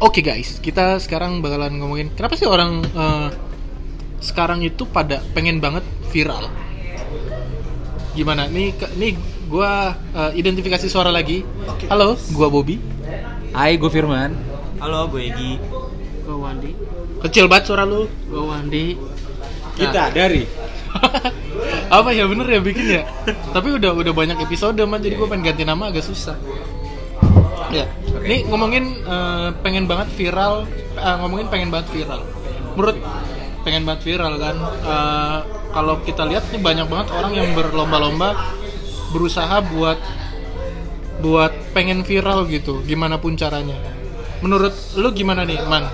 Oke guys, kita sekarang bakalan ngomongin kenapa sih orang sekarang itu pada pengen banget viral. Gimana? Nih gua identifikasi suara lagi. Oke. Halo, gua Bobby. Hai, gue Firman. Halo, gue Egi. Gue Wandi. Kecil banget suara lu. Gue Wandi. Kita dari Apa ya bener ya bikin ya? Tapi udah banyak episode mah, jadi gua pengen ganti nama agak susah. Ya. Nih ngomongin pengen banget viral, Menurut pengen banget viral kan, kalau kita lihat nih banyak banget orang yang berlomba-lomba berusaha buat pengen viral gitu, gimana pun caranya. Menurut lu gimana nih, Man?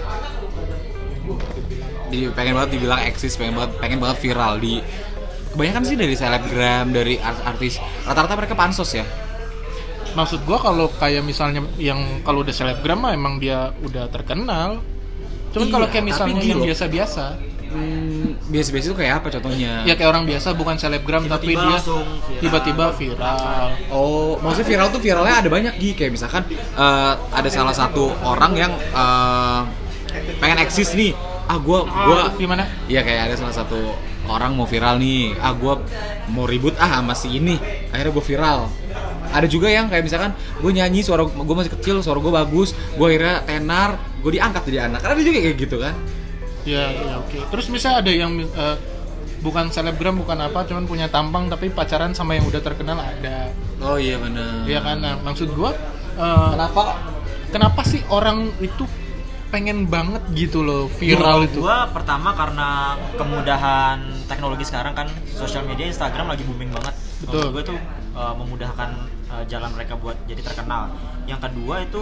pengen banget dibilang eksis, pengen banget viral di kebanyakan sih dari selebgram, dari artis. Rata-rata mereka pansos ya. Maksud gua kalau kayak misalnya yang kalau udah selebgram mah emang dia udah terkenal. Cuman Iya, kalau kayak misalnya tapi yang gini loh. biasa-biasa, Biasa-biasa itu kayak apa contohnya? ya kayak orang biasa bukan selebgram tapi dia langsung viral. tiba-tiba viral. Oh, maksudnya viral tuh viralnya ada banyak kayak misalkan ada salah satu orang yang pengen eksis nih. Gua Gimana? Iya, kayak ada salah satu orang mau viral nih. Gua mau ribut sama si ini. Akhirnya gue viral. Ada juga yang kayak misalkan gue nyanyi, suara gue masih kecil, suara gue bagus, gue akhirnya tenar, gue diangkat jadi anak. Karena ada juga kayak gitu kan. Ya oke. Terus misalnya ada yang bukan selebgram bukan apa, cuman punya tampang tapi pacaran sama yang udah terkenal ada. Oh iya benar. Iya kan? Nah, maksud gua kenapa sih orang itu pengen banget gitu loh viral itu? Gua pertama karena kemudahan teknologi sekarang kan, sosial media Instagram lagi booming banget. Betul. Gue tuh memudahkan jalan mereka buat jadi terkenal. Yang kedua itu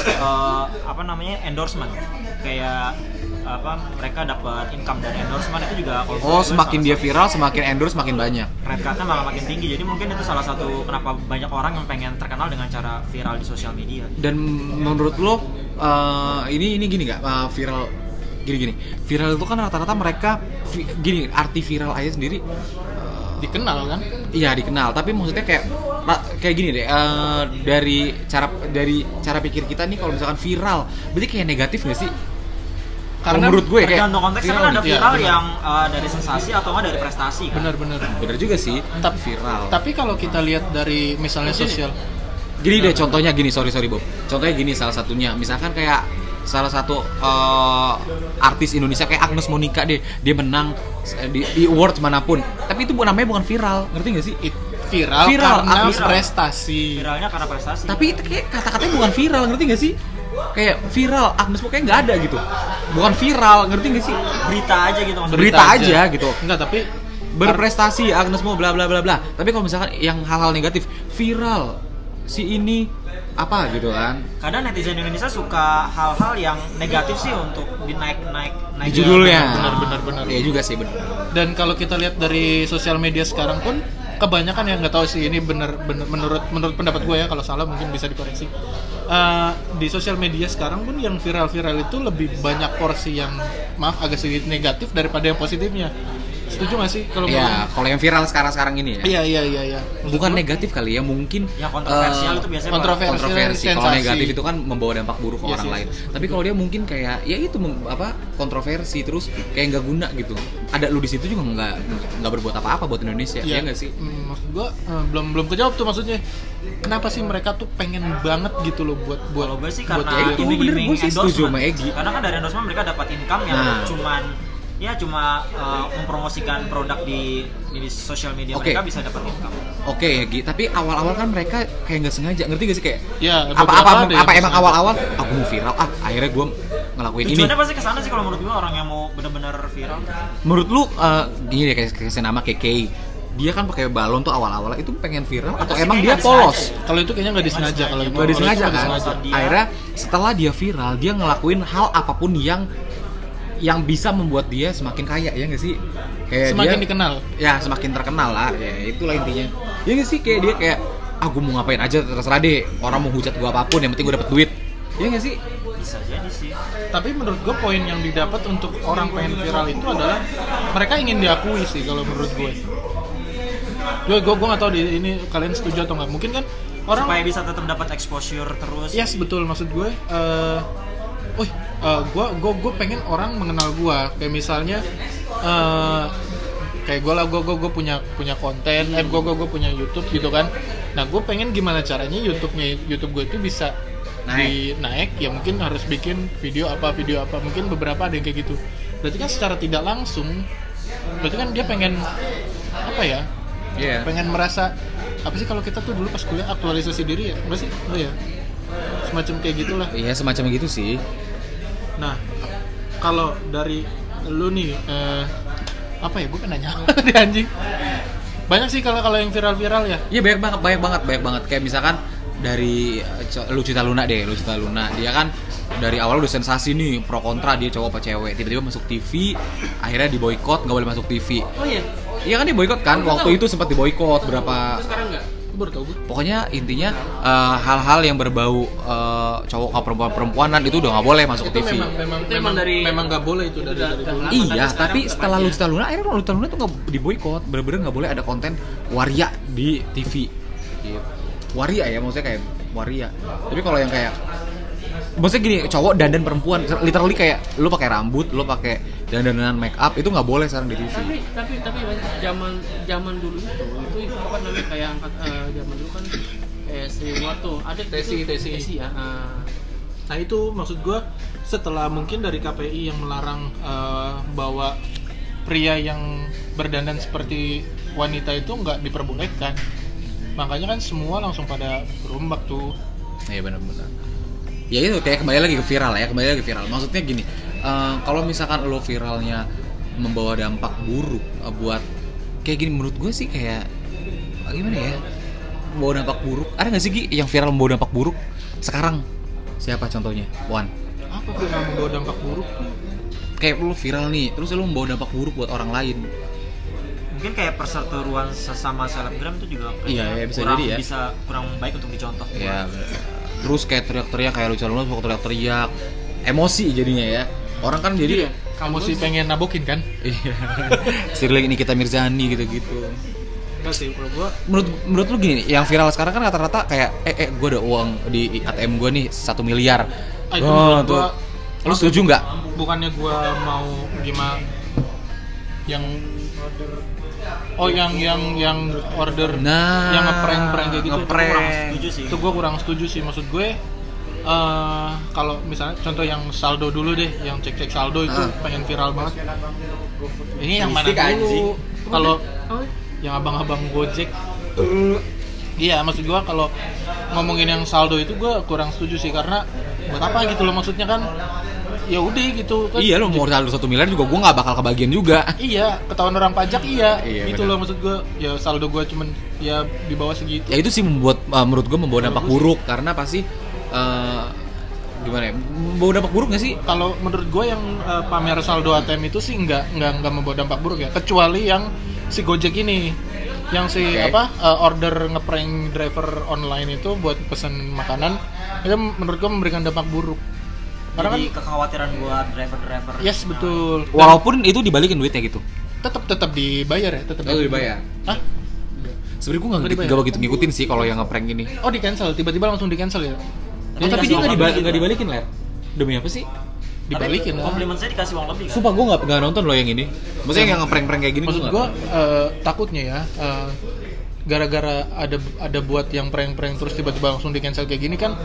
endorsement. Kayak mereka dapat income dari endorsement itu juga. Oh, semakin dia viral, semakin endorse makin banyak. Red card-nya malah makin tinggi. Jadi mungkin itu salah satu kenapa banyak orang yang pengen terkenal dengan cara viral di sosial media. Dan menurut lo ini gini nggak, viral gini viral itu kan rata-rata mereka arti viral aja sendiri Dikenal kan? iya dikenal, tapi maksudnya kayak gini deh, dari cara pikir kita nih, kalau misalkan viral berarti kayak negatif nggak sih? Karena menurut gue kayak tergantung konteksnya kan ada Iya, viral benar. yang dari sensasi atau nggak dari prestasi kan? Bener bener juga sih, viral. Tapi kalau kita lihat dari misalnya sosial, Gini deh contohnya gini, sorry Bob. Contohnya gini, salah satunya misalkan kayak salah satu artis Indonesia kayak Agnes Monica deh, dia menang di award manapun, tapi itu namanya bukan viral, ngerti nggak sih? viral karena Agnes prestasi. Viralnya karena prestasi. Tapi itu kayak kata-katanya bukan viral, ngerti nggak sih? Kayak viral, Agnes Mo kayak nggak ada gitu, bukan viral, ngerti nggak sih? berita aja gitu maksudnya. Berita aja gitu. Enggak, tapi Berprestasi Agnes Mo bla bla bla bla. Tapi kalau misalkan yang hal-hal negatif, viral si ini apa gitu kan? Kadang netizen Indonesia suka hal-hal yang negatif sih untuk dinaik Di judulnya. Benar. Iya juga sih, benar. Dan kalau kita lihat dari sosial media sekarang pun kebanyakan yang nggak tahu sih ini bener menurut pendapat gue ya, kalau salah mungkin bisa dikoreksi. Di sosial media sekarang pun yang viral itu lebih banyak porsi yang agak sedikit negatif daripada yang positifnya. Setuju nggak sih kalau Iya, kalau yang viral sekarang ini ya. Iya. Bukan negatif kali ya, mungkin yang kontroversial itu biasanya kontroversi. Kalau sensasi. negatif itu kan membawa dampak buruk ke Yes, orang yes. lain. Tapi kalau dia mungkin kayak ya itu kontroversi terus kayak nggak guna gitu. Ada lu di situ juga nggak berbuat apa-apa buat Indonesia, ya nggak sih? Maksud gua belum kejawab tuh maksudnya. Kenapa sih mereka tuh pengen banget gitu loh buat Kalau gue sih buat karena itu, bener, gue sih setuju sama Egi. Karena kan dari endorsement mereka dapat income yang cuma mempromosikan produk di sosial media. Oke. Mereka bisa dapat income. Oke, Gi, tapi awal-awal kan mereka kayak nggak sengaja, ngerti gak sih kayak? Ya, beberapa ada yang Apa emang sengaja. awal-awal aku mau viral, akhirnya gue ngelakuin ini. Tujuannya pasti kesana sih kalau menurut gue, orang yang mau benar-benar viral. Menurut lu gini deh, kayak nama KK, dia kan pakai balon tuh awal-awal itu pengen viral atau Pasti emang kayaknya dia nggak polos? disengaja. Kalau itu kayaknya nggak disengaja. Kalau itu Nggak disengaja nggak kan? disengaja. Dia- Akhirnya setelah dia viral, dia ngelakuin hal apapun yang bisa membuat dia semakin kaya, ya nggak sih? Kayak Semakin dia, dikenal. Ya semakin terkenal lah, ya itulah intinya. Ya nggak sih, kayak dia kayak gue mau ngapain aja terserah deh, orang mau hujat gue apapun, yang penting gue dapet duit. Ya nggak sih? Bisa jadi sih. Tapi menurut gue poin yang didapat untuk orang pengen viral itu adalah mereka ingin diakui sih kalau menurut gue. Gue nggak tahu ini kalian setuju atau nggak. Mungkin kan orang Supaya bisa tetap dapat exposure terus. yes betul, maksud gue gue pengen orang mengenal gue, kayak misalnya kayak gue punya konten, gue punya YouTube gitu kan. Nah gue pengen gimana caranya YouTube gue itu bisa naik ya, mungkin harus bikin video apa, mungkin beberapa ada yang kayak gitu. Berarti kan secara tidak langsung, berarti kan dia pengen apa ya? Pengen merasa apa sih kalau kita tuh dulu pas kuliah aktualisasi diri ya, enggak sih? Oh ya, semacam kayak gitulah. Iya semacam gitu sih. Nah kalau dari lu nih apa ya, gue kan nanya tadi anjing. Banyak sih kalau yang viral ya. Iya banyak banget. Kayak misalkan dari Lucita Luna, dia kan dari awal udah sensasi nih, pro kontra dia cowok apa cewek, tiba-tiba masuk TV, akhirnya diboikot, nggak boleh masuk TV. Oh iya. Iya kan diboikot kan, waktu itu sempat diboikot berapa. Sekarang enggak? Baru tau gue. Pokoknya intinya hal-hal yang berbau cowok atau perempuanan itu udah nggak boleh masuk Itu TV. memang nggak boleh itu dari dulu. Iya, tapi setelah Lucita Luna, akhirnya Lucita Luna tuh nggak diboikot, bener-bener nggak boleh ada konten waria di TV. Gitu. Waria ya, maksudnya kayak waria. Tapi kalau yang kayak maksudnya gini, cowok dandan perempuan, literally kayak lu pakai rambut, lu pakai dandanan make up, itu nggak boleh sekarang di TV. Tapi zaman dulu itu apa namanya, kayak angkat zaman dulu kan semua tuh ada tesi ya. Nah itu maksud gue, setelah mungkin dari KPI yang melarang bahwa pria yang berdandan seperti wanita itu nggak diperbolehkan, makanya kan semua langsung pada berombak tuh. Iya benar-benar. Ya itu kayak kembali lagi ke viral. Maksudnya gini, kalau misalkan lo viralnya membawa dampak buruk buat kayak gini, menurut gue sih kayak gimana ya? Membawa dampak buruk. Ada nggak sih Gi yang viral membawa dampak buruk sekarang? Siapa contohnya? Wan. Apa viral membawa dampak buruk? Kayak lo viral nih, terus lo membawa dampak buruk buat orang lain. Mungkin kayak perseteruan sesama selebgram itu juga bisa jadi ya. Bisa kurang baik untuk dicontoh. Iya. Terus kayak teriak-teriak, kayak Lucita Luna suka teriak-teriak, emosi jadinya ya. Orang kan jadi kamu sih pengen nabokin kan? Iya. Sirling ini kita Mirzani gitu-gitu. Enggak sih, kalau gua menurut lu gini, yang viral sekarang kan rata-rata kayak gue ada uang di ATM gue nih 1 miliar. Tuh. Lu setuju nggak? Bukannya gua mau gimana yang yang order, yang ngeprank kayak gitu, itu gue kurang setuju sih. Maksud gue kalau misalnya contoh yang saldo dulu deh, yang cek saldo itu pengen viral banget. Ini yang mana dulu? Kalau yang abang-abang Gojek, iya maksud gue kalau ngomongin yang saldo itu gue kurang setuju sih, karena buat apa gitu loh, maksudnya kan ya udah gitu kan. Iya, lo mau saldo 1 miliar juga gue nggak bakal kebagian juga. Iya, ketahuan orang pajak iya gitu bener. loh, maksud gue ya saldo gue cuman ya di bawah segitu. Ya itu sih membuat menurut gue membawa dampak buruk, karena pasti gimana ya, membawa dampak buruk nggak sih? Kalau menurut gue yang pamer saldo ATM itu sih nggak membawa dampak buruk ya, kecuali yang si Gojek ini, yang si order ngeprank driver online itu buat pesen makanan, itu menurut gue memberikan dampak buruk. Karena Jadi kan kekhawatiran buat driver. Yes, betul. Walaupun itu dibalikin duitnya gitu. Tetap dibayar ya, tetap dibayar. Hah? Sebenarnya gue nggak begitu ngikutin sih kalau yang ngeprank ini. Oh, di cancel, tiba-tiba langsung di cancel ya? Tapi dia nggak dibalikin lah. Demi apa sih? Dibalikin lah. Komplimen saya dikasih uang lebih kan? Sumpah gue nggak nonton loh yang ini. Maksudnya yang ngeprank kayak gini. Maksud gue takutnya ya, gara-gara ada buat yang prank terus tiba-tiba langsung di cancel kayak gini kan,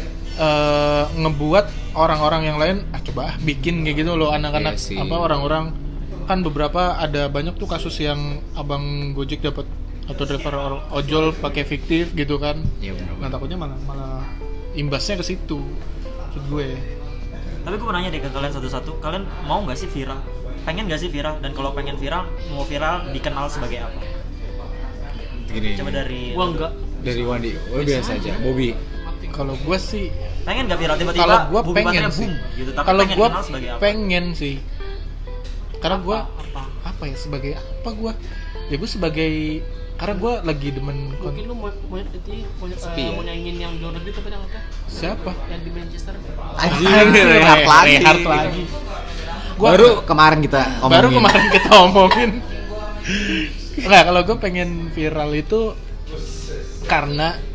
ngebuat orang-orang yang lain coba bikin kayak gitu loh, anak-anak orang-orang kan. Beberapa ada banyak tuh kasus yang abang Gojek dapat atau driver ojol pakai fiktif gitu kan. Iya benar. Nah takutnya malah imbasnya ke situ, maksud gue. Tapi gue mau nanya deh ke kalian satu-satu, kalian mau nggak sih viral? Pengen nggak sih viral? Dan kalau pengen viral, mau viral dikenal sebagai apa? Gini. Coba dari Gua enggak. Dari Wandi. Biasa aja. Bobby. Kalau gue sih pengen nggak viral tiba-tiba? Kalau gue Bumi pengen Baterainya sih. boom, gitu. Tapi Kalau pengen gue dikenal sebagai apa? pengen sih. Karena gue apa ya, sebagai apa gue? Ya gue sebagai, karena gue lagi demen mungkin lu mau nyanyiin yang Jordan itu apa yang siapa? yang di Manchester. Anjing, Reinhardt lagi. Baru kemarin kita omongin. Nah, kalau gue pengen viral itu karena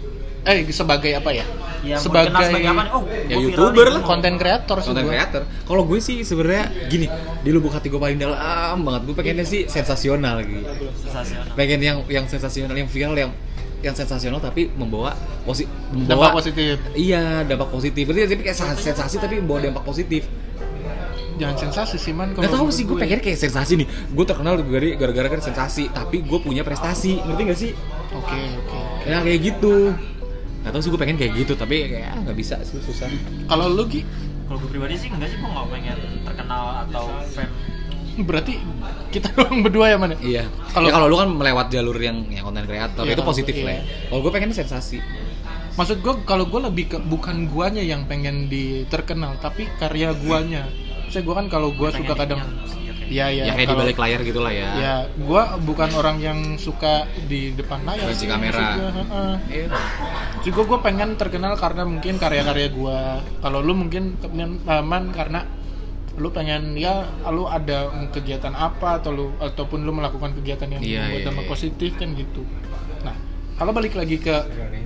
sebagai apa ya? Ya, mau Sebagai dikenal sebagai apa nih? Oh, ya, gua YouTuber viral lah, nih. konten kreator sih Content gua. creator. Kalau gue sih sebenarnya gini, di lubuk hati gue paling dalam banget gue pengennya sih sensasional gitu. Sensasional. Pengen yang sensasional, yang viral, yang sensasional tapi membawa Dampak positif. Iya, dampak positif. Berarti tapi kayak sensasi tapi membawa dampak positif. Jangan sensasi sih man. Gak tau sih, gue pengen kayak sensasi nih. Gue terkenal gara-gara kan sensasi, tapi gue punya prestasi. Ngerti gak sih? Oke. Ya kayak gitu. Gak tau sih gue pengen kayak gitu, tapi kayak nggak bisa sih, susah. Kalau lu Gi, Kalau gue pribadi sih enggak sih, gue nggak pengen terkenal atau fame. berarti kita doang berdua ya man? Iya. Kalau- Kalau lu kan melewat jalur yang konten kreator, Iya, itu positif iya. lah. Ya. Kalau gue pengen sensasi. Maksud gue kalau gue lebih ke bukan guanya yang pengen terkenal, tapi karya guanya. Saya gue kan kalau gue suka kadang, ya Ya kayak di kalau- balik layar gitulah ya. Ya, gue bukan orang yang suka di depan layar. Kunci sih, kamera. maksud gua, heeh. Iya. Juga gue pengen terkenal karena mungkin karya-karya gue. Kalau lu mungkin aman karena lu pengen ya lu ada kegiatan apa ataupun lu melakukan kegiatan yang Iya, membuat iya, dampak iya. positif kan gitu. Nah, kalau balik lagi ke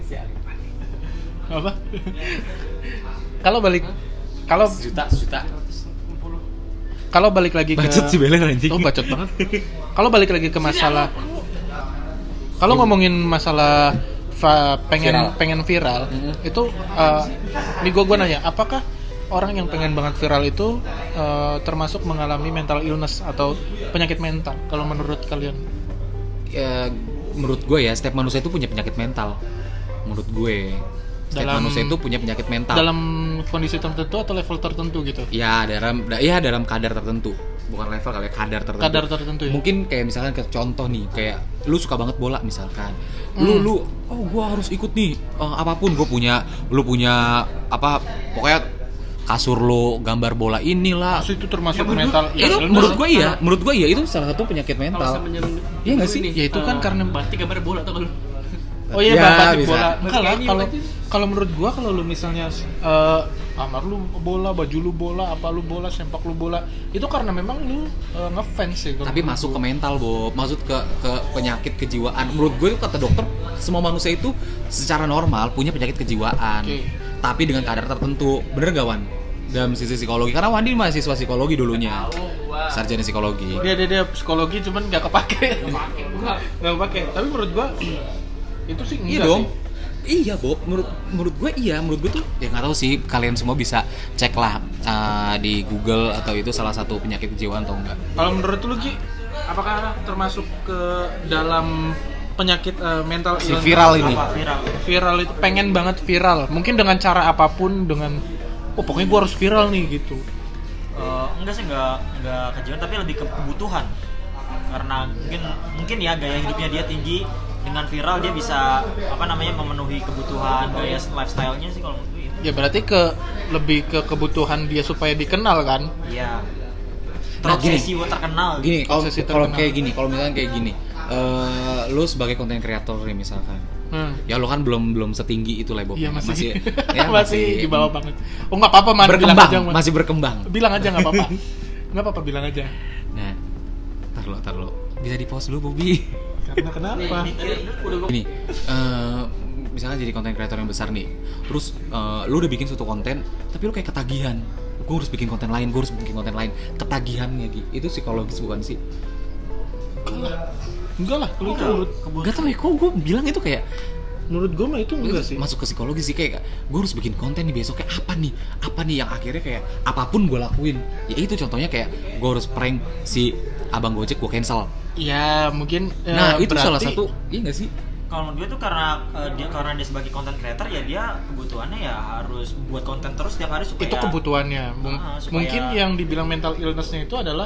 apa? Kalau Sejuta. kalau balik lagi ke Bacot sih Beler anjing. Oh, bacot banget. Kalau balik lagi ke masalah kalau ngomongin masalah pengen viral itu nih gue nanya, apakah orang yang pengen banget viral itu termasuk mengalami mental illness atau penyakit mental kalau menurut kalian? Ya, menurut gue ya, setiap manusia itu punya penyakit mental. Menurut gue, setiap manusia itu punya penyakit mental. Dalam kondisi tertentu atau level tertentu gitu? Ya dalam kadar tertentu, bukan level kali ya, kadar tertentu. Kadar tertentu ya? Mungkin kayak misalkan ke contoh nih, kayak lu suka banget bola misalkan, lu gua harus ikut nih, apapun lu punya apa, pokoknya kasur lu gambar bola inilah. Maksud itu termasuk mental Itu illness? menurut gua iya itu salah satu penyakit mental. Iya nggak sih? Ya itu kan karena berarti gambar bola atau kalau Oh iya, Ya, batik bisa. bola. Batik anime Kalau aja. kalau menurut gua kalau lu misalnya kamar lu bola, baju lu bola, apa lu bola, sempak lu bola, itu karena memang lu ngefans sih. kalau Tapi menurut masuk gua. ke mental, Bob. Maksud ke penyakit kejiwaan. Menurut gue kata dokter, semua manusia itu secara normal punya penyakit kejiwaan. Oke. Tapi dengan kadar tertentu. Bener gak, Wan? Dalam sisi psikologi. Karena Wandi mahasiswa psikologi dulunya. Sarjana psikologi. Dia psikologi cuman nggak kepake. Nggak kepake. Tapi menurut gua itu sih enggak Iya dong. sih. Iya, Bob. Menurut gue iya. Menurut gue tuh ya nggak tahu sih, kalian semua bisa cek lah di Google atau itu salah satu penyakit kejiwaan atau enggak. Kalau menurut lu Gi, apakah termasuk ke dalam penyakit mental Si illness? viral ini. Apa viral? Viral itu pengen banget viral. Mungkin dengan cara apapun, dengan pokoknya gua harus viral nih gitu. Enggak sih, enggak kejiwaan, tapi lebih ke kebutuhan. Karena mungkin ya gaya hidupnya dia tinggi, dengan viral dia bisa memenuhi kebutuhan gaya lifestyle-nya sih kalau menurut gue. Ya berarti lebih ke kebutuhan dia supaya dikenal kan? Iya. Nah, gini. Terobsesi buat terkenal. Gini, Obsesi kalau terkenal. kayak gini, kalau misalnya kayak gini, lu sebagai konten kreator nih misalkan, ya lo kan belum setinggi itu lah, Bob. Iya masih ya, masih di bawah banget. Oh nggak apa-apa man, bilang berkembang, aja Man. masih berkembang. Bilang aja nggak apa-apa. Nggak apa-apa bilang aja. Nah, tar lo, bisa di pause dulu, Bobby. Karena kenapa? Gini, misalnya jadi konten kreator yang besar nih, terus lu udah bikin suatu konten, tapi lu kayak ketagihan. Gue harus bikin konten lain, ketagihannya gitu. Itu psikologis bukan sih? Enggak lah, kalau itu menurut Gak tau ya, kok gue bilang itu kayak gue mah itu enggak sih. masuk ke psikologi sih, kayak gue harus bikin konten nih besok, kayak apa nih yang akhirnya kayak apapun gue lakuin. Ya itu contohnya kayak gue harus prank si abang Gojek, gue cancel. Ya mungkin Nah itu berarti- salah satu, iya nggak sih? Kalau menurut gue tuh karena dia sebagai content creator, ya dia kebutuhannya ya harus buat konten terus setiap hari supaya itu kebutuhannya. supaya- Mungkin yang dibilang mental illness-nya itu adalah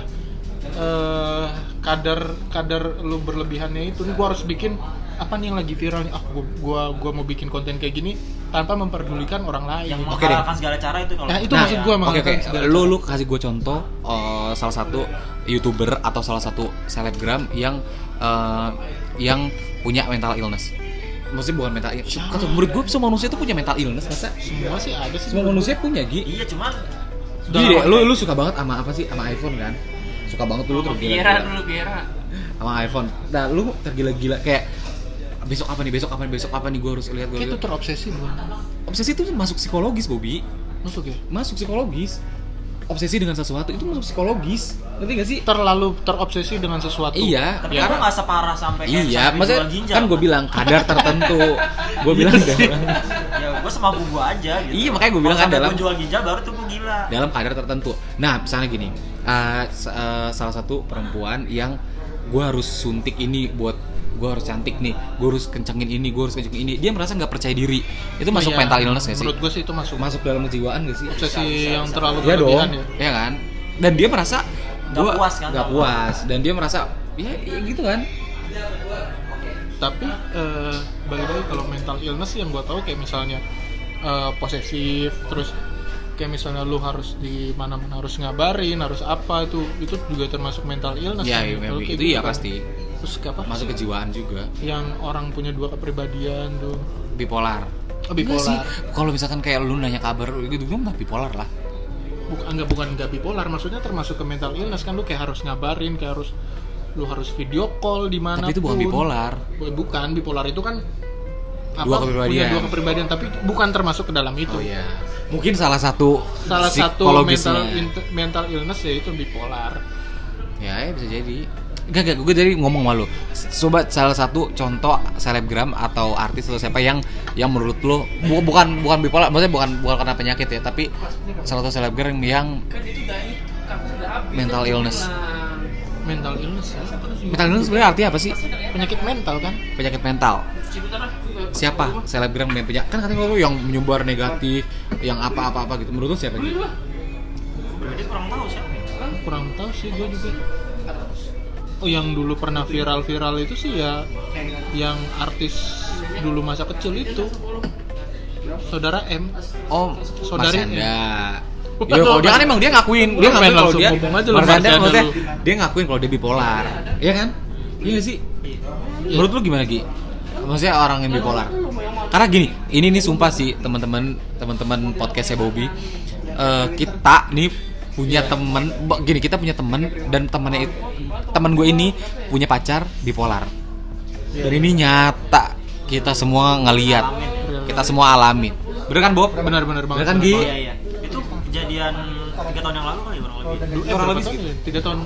kadar lu berlebihannya itu. Nih gua harus bikin apa nih yang lagi viral nih. Gua mau bikin konten kayak gini tanpa memperdulikan orang lain. yang Oke deh. menghalalkan segala cara itu kalau Nah, menurut itu gue maksud ya. gua Oke, menghalalkan segala cara. lu kasih gue contoh salah satu YouTuber atau salah satu selebgram yang punya mental illness. Maksudnya bukan mental illness. Kata menurut gue semua manusia itu punya mental illness, masa? Semua sih ada sih. Semua manusia punya, Gi. Iya, cuman Gini deh, lu suka banget sama apa sih? Sama iPhone kan? Suka banget lu Viera tergila-gila dulu Viera. sama iPhone. Nah, lu tergila-gila kayak besok apa nih gue harus lihat. Itu terobsesi bukan? Obsesi itu masuk psikologis, Bobby. Masuk ya? Masuk psikologis. Obsesi dengan sesuatu itu masuk psikologis. Ngerti gak sih? Terlalu terobsesi dengan sesuatu. Iya, Tapi karena aku nggak separah sampai kayak iya, sampai maksudnya jual ginjal. kan gue bilang kadar tertentu. Gue bilang Ya gue semampu gue aja gitu. Iya, makanya gue bilang Kalau kan sampai dalam gue jual ginjal baru tuh gue gila. dalam kadar tertentu. Nah, misalnya gini, salah satu perempuan yang gue harus suntik ini buat gue harus cantik nih, gue harus kencengin ini, gue harus kencengin ini. Dia merasa nggak percaya diri. Itu masuk Iya, mental illness nggak sih? menurut gue sih itu masuk Dalam kejiwaan nggak sih? obsesi yang terlalu Iya dong, berlebihan ya. ya kan? Dan dia merasa Nggak puas kan, nggak kalau- puas, dan dia merasa ya gitu kan? Tapi balik lagi kalau mental illness yang gue tahu kayak misalnya posesif, terus kayak misalnya lu harus di mana-mana harus ngabarin, harus apa itu juga termasuk mental illness. Ya, kan? iya, Kalau kayak itu gitu iya kan. pasti. Terus kayak apa? Masuk kejiwaan juga. Yang orang punya dua kepribadian tuh. Bipolar. Oh, bipolar. Enggak sih. Kalau misalkan kayak lu nanya kabar gitu nggak bipolar lah. Bukan nggak bipolar, maksudnya termasuk ke mental illness kan, lu kayak harus ngabarin, kayak harus lu harus video call di mana. Tapi itu bukan bipolar. Bukan, bipolar itu kan Dua kepribadian. punya dua kepribadian, tapi bukan termasuk ke dalam itu. Oh iya. Mungkin salah satu Mental, psikologisnya. mental illness ya itu bipolar. Ya bisa jadi. Gak, gue jadi ngomong malu. Coba salah satu contoh selebgram atau artis atau siapa yang menurut lo bukan bipolar, maksudnya bukan karena penyakit ya, tapi salah satu selebgram yang mental illness. Mental illness ya. Mental illness sebenarnya artinya apa sih? Penyakit mental kan? Penyakit mental. Siapa selebgram yang punya? Kan katanya lo yang menyebar negatif, yang apa gitu. Menurut lo siapa gitu? Berarti kurang tahu siapa ya? Kurang tahu sih gue juga. Oh, yang dulu pernah viral itu sih ya yang artis dulu masa kecil itu. Saudara M. Oh, Saudari Marsyanda. Yo, kalau dia kan emang dia ngakuin, Lu main kalau langsung dia ngomong aja lu, Marsyanda Marsyanda maksudnya lu. dia ngakuin kalau dia bipolar. Iya kan? Iya nggak sih? Menurut lu gimana, Gi? Maksudnya orang yang bipolar. Karena gini, ini nih sumpah sih teman-teman podcastnya Bobby. Kita nih punya temen, gini kita punya temen dan temen gue ini punya pacar bipolar. Dan ini nyata, kita semua ngeliat, kita semua alami. Bener kan Bob? Benar banget. Bener kan Gi? Iya. Itu kejadian 3 tahun yang lalu kali kurang lebih. Kurang lebih tahun ya? 3 tahun.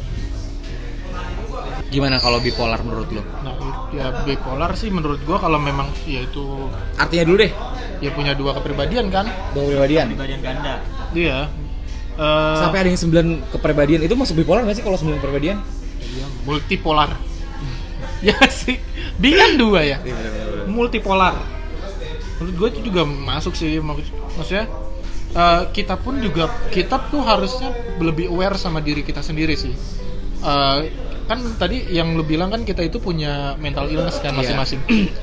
Gimana kalau bipolar menurut lo? Nah, ya bipolar sih menurut gua kalau memang ya itu Artinya dulu deh. ya punya dua kepribadian kan? Dua kepribadian. Kepribadian ganda. Iya. Sampai ada yang 9 kepribadian itu masuk bipolar nggak sih kalau 9 kepribadian? Iya, multipolar. Ya sih. Dia kan dua ya. Multipolar. Menurut gue itu juga masuk sih, maksudnya kita tuh harusnya lebih aware sama diri kita sendiri sih. Kan tadi yang lu bilang kan kita itu punya mental illness kan masing-masing.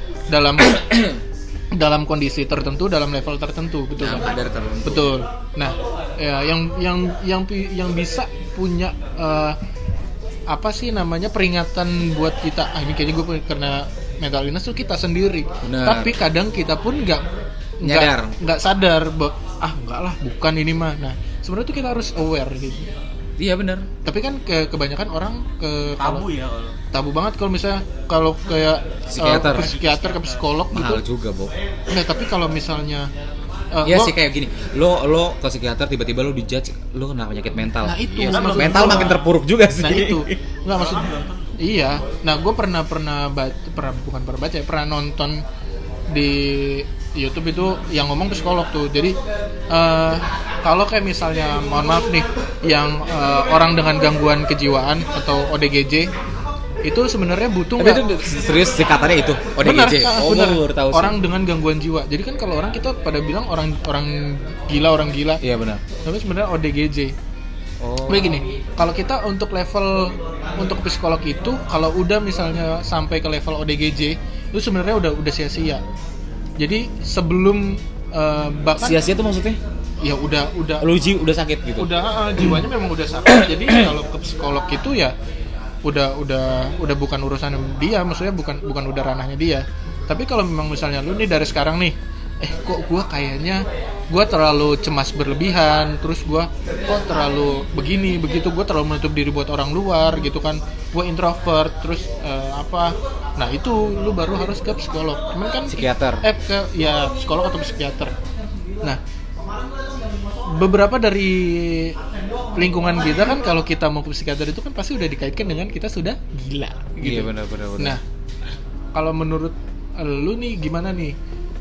dalam kondisi tertentu, dalam level tertentu, betul kan? Kadar tertentu. Betul. Nah, ya, yang bisa punya apa sih namanya peringatan buat kita. Ini kayaknya gue karena mental illness tuh kita sendiri. Bener. Tapi kadang kita pun nggak sadar bahwa enggak lah, bukan ini mah. Nah, sebenarnya tuh kita harus aware gitu. Iya benar. Tapi kan kebanyakan orang Tabu ya kalau. tabu banget kalau misalnya kayak Psikiater. ke psikiater, ke psikolog Mahal gitu. juga, Bob. Nah, tapi kalau misalnya Iya gua- sih kayak gini. Lo ke psikiater tiba-tiba lo dijudge lo kena penyakit mental. Nah, itu. Iya, Maksud mental gua. makin terpuruk juga sih. Nah itu nggak maksud iya. Nah gue pernah baca, pernah nonton di YouTube itu yang ngomong psikolog tuh. Jadi kalau kayak misalnya mohon maaf nih, yang orang dengan gangguan kejiwaan atau ODGJ itu sebenarnya butuh Tapi itu serius singkatannya itu ODGJ. Bener, Gue baru tahu sih. orang dengan gangguan jiwa. Jadi kan kalau orang kita pada bilang orang gila. Iya benar. Tapi sebenarnya ODGJ. Oh. Kayak gini, kalau kita untuk level untuk psikolog itu kalau udah misalnya sampai ke level ODGJ itu sebenarnya udah sia-sia. Jadi sebelum bahkan Sia-sia tuh maksudnya? ya udah Lo udah sakit gitu. jiwanya memang udah sakit. Jadi kalau ke psikolog itu ya udah bukan urusan dia, maksudnya bukan udah ranahnya dia. Tapi kalau memang misalnya lu nih dari sekarang nih, kok gua kayaknya gue terlalu cemas berlebihan, terus gue kok terlalu begini begitu, gue terlalu menutup diri buat orang luar gitu kan, gue introvert, terus nah itu lu baru harus ke psikolog. Cuman kan Psikiater. ya psikolog atau psikiater. Nah beberapa dari lingkungan kita kan kalau kita mau ke psikiater itu kan pasti udah dikaitkan dengan kita sudah gila gitu. Iya benar. Nah kalau menurut lu nih gimana nih,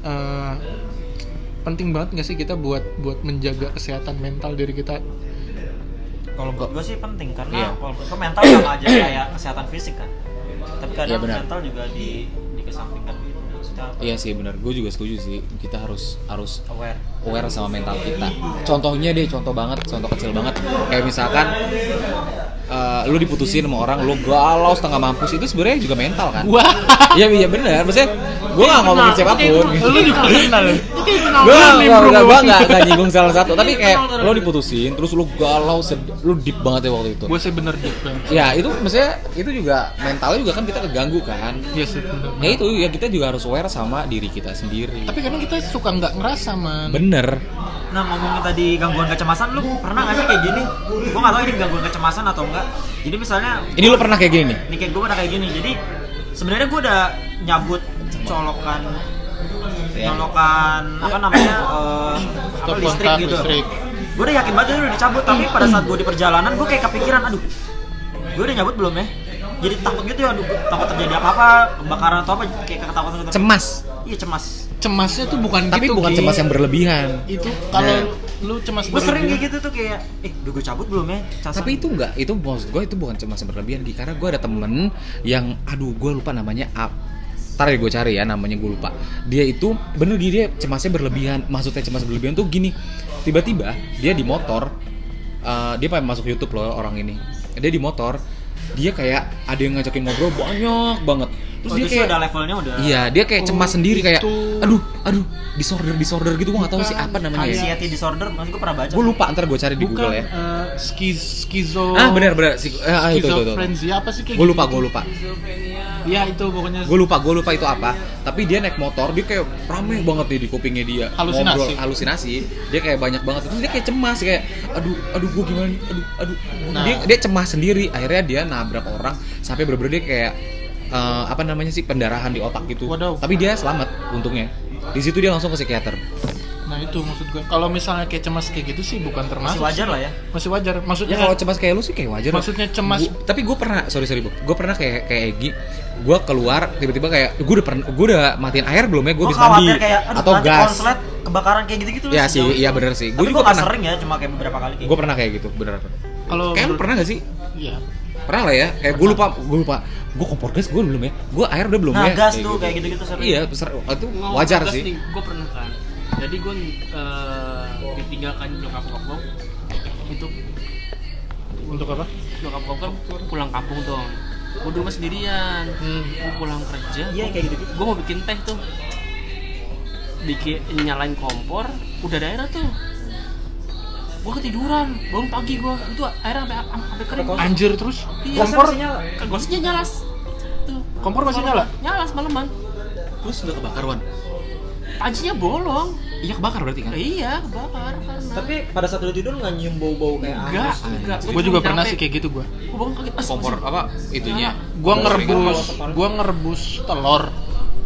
penting banget nggak sih kita buat menjaga kesehatan mental diri kita? Kalau buat gue sih penting karena Iya. walaupun itu mental sama aja kayak kesehatan fisik kan. Tapi kadang Iya, benar. mental juga dikesampingkan gitu. Maksudnya Iya sih benar, gue juga setuju sih. Kita harus aware. sama mental kita. Contohnya deh, contoh kecil banget. Kayak misalkan lu diputusin sama orang, lu galau setengah mampus, itu sebenarnya juga mental kan? Wah, Iya benar. Maksudnya gue nggak ngomongin siapapun. lu juga kenal. Gue nggak nyinggung salah satu, tapi kayak lo diputusin, terus lu galau, lu deep banget ya waktu itu. Gue sih bener deep banget. Ya itu maksudnya itu juga mentalnya juga kan kita keganggu kan. Iya sih bener. Ya itu ya kita juga harus aware sama diri kita sendiri. Tapi kadang kita suka nggak ngerasa man. Bener. Nah ngomongin tadi gangguan kecemasan, lu pernah nggak sih kayak gini? Gue nggak tahu ini gangguan kecemasan atau enggak. Jadi misalnya Ini lo pernah kayak gini nih? nih kayak gue pernah kayak gini. Jadi sebenarnya gue udah nyabut colokan apa namanya Stop listrik kontak, gitu. listrik. Gue udah yakin banget itu udah dicabut, tapi pada saat gue di perjalanan gue kayak kepikiran, aduh, gue udah nyabut belum ya? Jadi takut gitu ya, aduh, takut terjadi apa-apa, kebakaran atau apa, kayak ketakutan gitu. Cemas. Iya cemas. Cemasnya tuh bukan Tapi gitu, bukan Gi. cemas yang berlebihan. Itu kalau Nah. lu cemas Gue sering kayak berlebihan. gitu tuh kayak, udah gue cabut belum ya? Casan. Tapi itu enggak, itu maksud gue itu bukan cemas yang berlebihan Gi. Karena gue ada temen yang, aduh gue lupa namanya ntar ya gue cari ya namanya, gue lupa. Dia itu bener Gi, dia cemasnya berlebihan. Maksudnya cemas berlebihan tuh gini, tiba-tiba dia di motor, dia pengen masuk YouTube loh orang ini. Dia di motor, dia kayak ada yang ngajakin ngobrol banyak banget. Terus dia itu sih kayak udah levelnya udah. iya, dia kayak cemas sendiri kayak gitu. aduh disorder gitu, gue nggak tahu sih apa namanya ya. Anxiety disorder, maksud gue pernah baca. Gue lupa, ntar gue cari di Bukan Google ya. skizo. Benar itu. Schizophrenia apa sih kayak Gue gitu? lupa. Iya itu pokoknya. Gue lupa itu apa. Tapi dia naik motor, dia kayak rame banget nih di kupingnya dia. Halusinasi. Ngobrol, halusinasi. Dia kayak banyak banget. Terus dia kayak cemas kayak aduh gue gimana nih? Aduh. Nah. Dia cemas sendiri. Akhirnya dia nabrak orang sampai bener-bener dia kayak apa namanya sih, pendarahan di otak gitu. Waduh. Tapi dia selamat untungnya. Di situ dia langsung ke psikiater. Nah itu maksud gue. Kalau misalnya kayak cemas kayak gitu sih bukan termasuk. Masih wajar lah ya. Masih wajar. Maksudnya Ya kalau cemas kayak lu sih kayak wajar. Maksudnya cemas. Tapi gue pernah, sorry bu, gue pernah kayak Egi, gue keluar tiba-tiba kayak gue udah matiin air belum ya, gue Gue habis mandi khawatir kayak, aduh, atau nanti gas. konslet kebakaran kayak gitu-gitu. Ya sih, sih, jauh. iya bener sih. Tapi Gue gue juga gak pernah. sering ya, cuma kayak beberapa kali kayak Gue pernah kayak gitu, bener. Kalau Kayak lu menurut- pernah gak sih? Iya. Pernah lah ya. Kayak gue lupa. Gue kompor gas gue belum ya. Gue air udah belum Nah, ya. gas tuh kayak gitu-gitu sering. Iya, itu wajar sih. Gue pernah kan. Jadi gue ditinggalkan nyokap gue itu Untuk apa? nyokap gue kan pulang kampung tuh. Gue di rumah sendirian. Gue pulang kerja. Iya kayak gitu-gitu. Gue mau bikin teh tuh. Nyalain kompor, udah ada airnya tuh. Gue ketiduran, bangun pagi gue, itu airnya sampai kering. Anjir terus. Iya, Kompor. gosnya nyalas. Tuh. Kompor masih nyala? Nyalas malaman. Terus udah kebakar, Wan. Pancinya bolong. Iya kebakar berarti kan? Iya, kebakar karena. Tapi pada saat lu tidur nggak nyium bau-bau kayak enggak. Gue juga pernah sih kayak gitu gue. Gue bangun kaget. Kompor apa itunya? Gua ngerebus telur.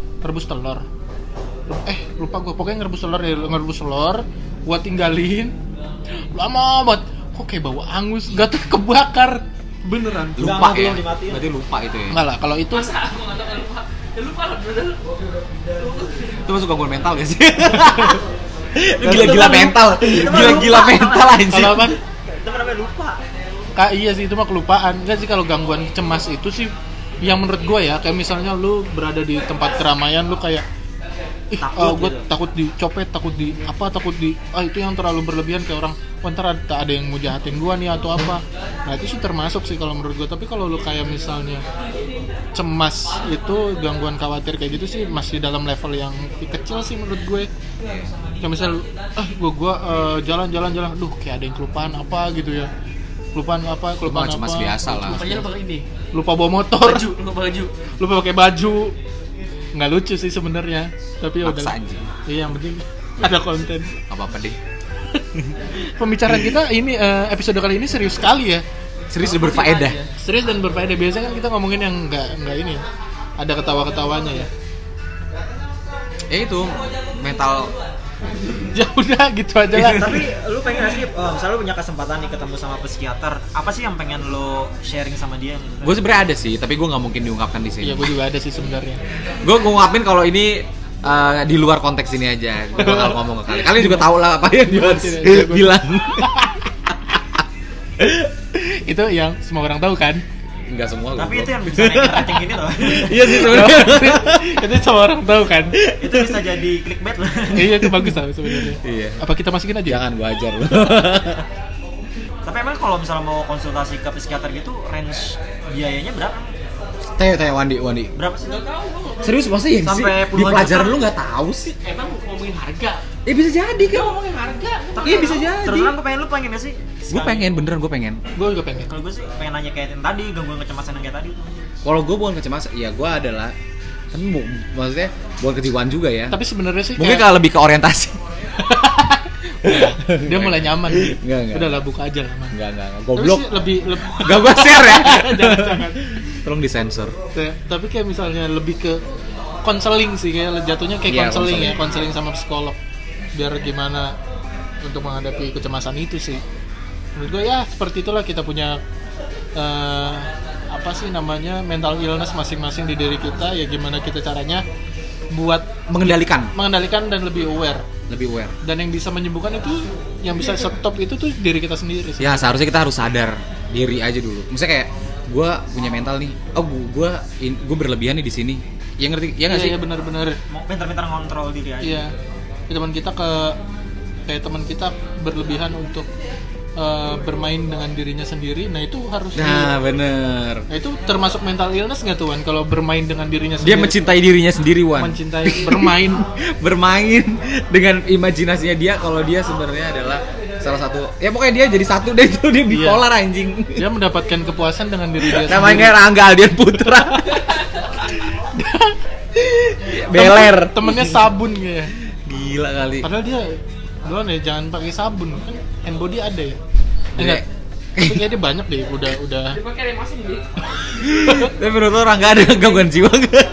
Lupa gue. Pokoknya ngerebus telur. Gua tinggalin. Lama banget. Kok kayak bau angus? Gak tuh kebakar. Beneran. Lupa Belum ya. dimatiin. Berarti lupa itu ya. Enggak lah, kalau itu Masa aku nggak tahu lupa. Ya lupa lah, bener. Itu masuk gangguan mental gak sih? Gila-gila mental. Gila-gila mental anjing. kalau apa? Itu namanya lupa. Iya sih, itu mah kelupaan. Enggak sih, kalau gangguan cemas itu sih yang menurut gue ya, kayak misalnya lu berada di tempat keramaian, lu kayak gue gitu. takut dicopet, takut di itu yang terlalu berlebihan, kayak orang ntar ada yang mau jahatin gue nih atau apa. Nah itu sih termasuk sih kalau menurut gue. Tapi kalau lu kayak misalnya cemas itu, gangguan khawatir kayak gitu sih masih dalam level yang kecil sih menurut gue. Kayak misal gue jalan, duh kayak ada yang kelupaan apa gitu ya. Kelupaan apa? cemas biasa lah. Makanya lupa ini. Lupa bawa motor. Lupa baju. Lupa pakai baju. Nggak lucu sih sebenarnya, tapi ya udah. Maksa anjing. Iya, yang penting Ada konten. Apa-apa deh. Pembicaraan kita ini episode kali ini serius sekali ya. Serius dan berfaedah. Serius dan berfaedah. Biasanya kan kita ngomongin yang enggak ini ya. Ada ketawa-ketawanya ya. Itu mental. Ya udah gitu aja lah. Tapi lu pengen gak sih, misalnya lu punya kesempatan nih ketemu sama psikiater, apa sih yang pengen lu sharing sama dia? Gue sebenarnya ada sih, tapi gue nggak mungkin diungkapkan di sini. Iya, gue juga ada sih sebenarnya. Gue ngungkapin kalau ini di luar konteks ini aja. Gue bakal ngomong ke kalian. Kalian juga tahu lah apa yang dia bilang. Itu yang semua orang tahu kan? Enggak semua. Tapi itu yang bisa naikin rating ini loh. Iya sih sebenarnya. Itu semua orang tahu kan? Itu bisa jadi clickbait loh. Iya, itu bagus tau sebenarnya. Iya. Apa kita masukin aja? Jangan gue ajar lu. Tapi emang kalau misalnya mau konsultasi ke psikiater gitu, range biayanya berapa? Tanya Wandi. Berapa sih? Nggak tahu gua. Serius masa ya sih? Sampai Di puluhan pelajaran juta? lu nggak tahu sih? Emang ngomongin harga. Bisa jadi kan? Ngomongin harga. Iya bisa jadi. Terus kan lu pengen gak sih? Gue pengen, beneran gue pengen. Gue juga pengen. Kalau gue sih pengen nanya kayak yang tadi, gangguan kecemasan yang kayak tadi. Kalau gue bukan kecemasan, iya gue adalah kan maksudnya bukan kejiwaan juga ya. Tapi sebenarnya sih Mungkin kayak kalau lebih ke orientasi. dia mulai nyaman nih. Enggak. Udah lah, buka aja lah, Man. Enggak. Tapi Goblok. sih lebih Gak gue share ya. jangan. Tolong disensor. Tapi kayak misalnya lebih ke konseling sih, kayak jatuhnya kayak Iya, konseling ya, konseling. konseling sama psikolog. Biar gimana untuk menghadapi kecemasan itu sih. Menurut gue ya seperti itulah, kita punya apa sih namanya, mental illness masing-masing di diri kita, ya gimana kita caranya buat Mengendalikan. dan lebih aware. Dan yang bisa menyembuhkan itu, yang bisa stop itu tuh diri kita sendiri sih. Ya seharusnya kita harus sadar diri aja dulu. Misalnya kayak gue punya mental nih, gue berlebihan nih di sini. Ya ngerti? Ya nggak sih? Iya, benar-benar. Mau pintar-pintar ngontrol diri aja. Iya. Teman kita kayak teman kita berlebihan untuk bermain dengan dirinya sendiri. Nah, itu harus Bener. Nah, itu termasuk mental illness nggak tuh, Wan? Kalau bermain dengan dirinya Dia sendiri. mencintai dirinya sendiri, Wan. Mencintai bermain. Bermain dengan imajinasinya dia kalau dia sebenarnya adalah salah satu. Ya pokoknya dia jadi satu deh, itu dia bipolar anjing. Dia mendapatkan kepuasan dengan diri dia Namanya Rangga Aldian Putra. Beler. Temennya sabun kayak. Gila kali. Padahal dia doang ya, jangan pakai sabun kan, hand body ada ya. Iya. Enggak. Tapi kayaknya dia banyak deh, udah. Dipakai remasin deh. Tapi menurut lo Rangga ada gangguan jiwa gak?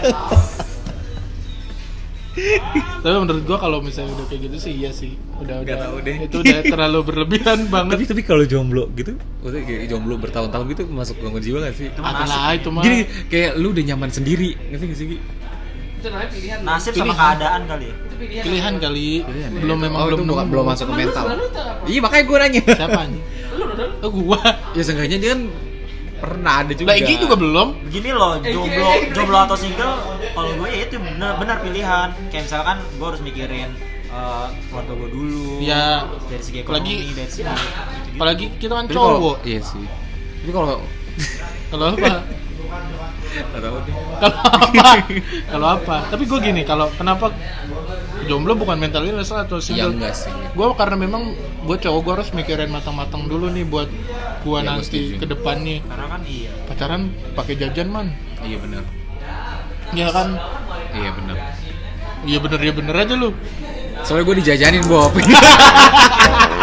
Tapi menurut gua kalau misalnya udah kayak gitu sih iya sih. Udah tahu deh. Itu udah terlalu berlebihan banget. Tapi kalau jomblo gitu, maksudnya kayak jomblo bertahun-tahun gitu masuk gangguan jiwa gak sih? Adalah itu mah. Gini, kayak lu udah nyaman sendiri, ngerti gak sih Gi? Itu namanya pilihan. Nasib sama Pilihan. keadaan kali ya. Itu pilihan. Pilihan kali. Pilihan ya? Belum memang Oh, belum itu nemu. belum masuk ke Temen lu mental. sebenarnya itu apa? Iya makanya gue nanya. Siapa? Lu udah. Oh, gua. Ya seenggaknya dia kan pernah ada juga. Lah, Iki juga belum. Begini loh, jomblo atau single, kalau gue ya itu benar pilihan. Kayak misalkan gue harus mikirin keluarga gue dulu. Ya. Dari segi ekonomi, Apalagi- dari segi gitu-gitu. Apalagi kita kan Tapi kalau- cowok. Iya sih. Tapi kalau Kalau apa? nggak tahu deh. Kalau apa? Tapi gue gini, kalau kenapa jomblo bukan mental illness atau Ya single? enggak sih. Gue karena memang gue cowok, gue harus mikirin matang-matang dulu nih buat gue Ya, nanti gua setuju. ke depannya. Karena kan iya. Pacaran pakai jajan, Man. Iya benar. Ya kan? Iya benar. Iya bener aja lu. Soalnya gue dijajanin Bob.